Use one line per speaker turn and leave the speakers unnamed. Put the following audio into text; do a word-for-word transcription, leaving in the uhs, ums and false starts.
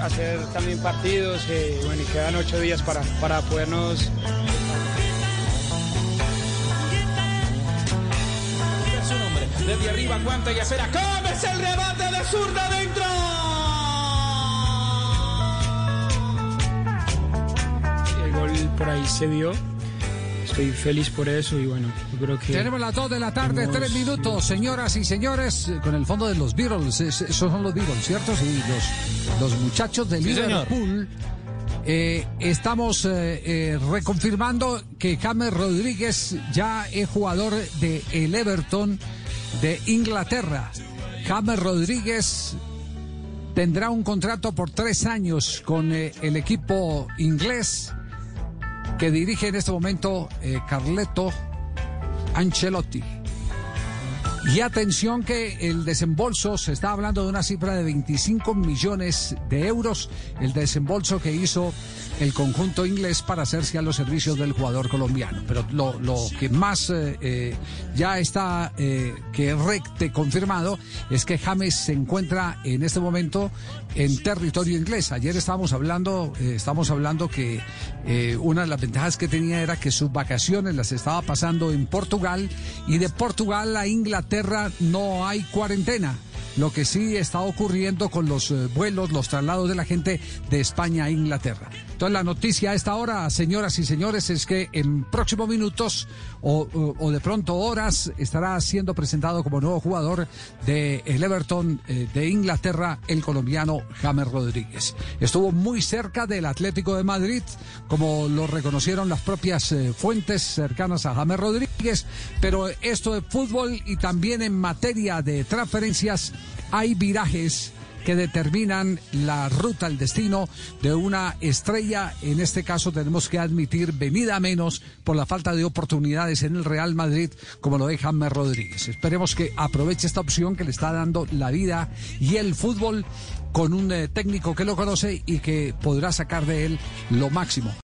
hacer también partidos, eh, bueno, y quedan ocho días para, para podernos...
Desde arriba aguanta y espera. ¡James el remate de zurda dentro!
El gol por ahí se dio. Estoy feliz por eso y bueno, yo creo que...
Tenemos las dos de la tarde, hemos... tres minutos, señoras y señores, con el fondo de los Beatles. Esos son los Beatles, ¿cierto? Sí, los, los muchachos de sí, Liverpool. Eh, estamos eh, eh, reconfirmando que James Rodríguez ya es jugador de el Everton de Inglaterra. James Rodríguez tendrá un contrato por tres años con eh, el equipo inglés que dirige en este momento eh, Carleto Ancelotti. Y atención que el desembolso, se está hablando de una cifra de veinticinco millones de euros, el desembolso que hizo el conjunto inglés para hacerse a los servicios del jugador colombiano. Pero lo, lo que más eh, eh, ya está eh, que recte confirmado es que James se encuentra en este momento en territorio inglés. Ayer estábamos hablando, eh, estábamos hablando que eh, una de las ventajas que tenía era que sus vacaciones las estaba pasando en Portugal, y de Portugal a Inglaterra no hay cuarentena. Lo que sí está ocurriendo con los eh, vuelos, los traslados de la gente de España a Inglaterra. Entonces la noticia a esta hora, señoras y señores, es que en próximos minutos o, o, o de pronto horas estará siendo presentado como nuevo jugador de el Everton eh, de Inglaterra, el colombiano James Rodríguez. Estuvo muy cerca del Atlético de Madrid, como lo reconocieron las propias eh, fuentes cercanas a James Rodríguez, pero esto de fútbol y también en materia de transferencias hay virajes que determinan la ruta, el destino de una estrella. En este caso tenemos que admitir venida a menos por la falta de oportunidades en el Real Madrid, como lo de James Rodríguez. Esperemos que aproveche esta opción que le está dando la vida y el fútbol con un eh, técnico que lo conoce y que podrá sacar de él lo máximo.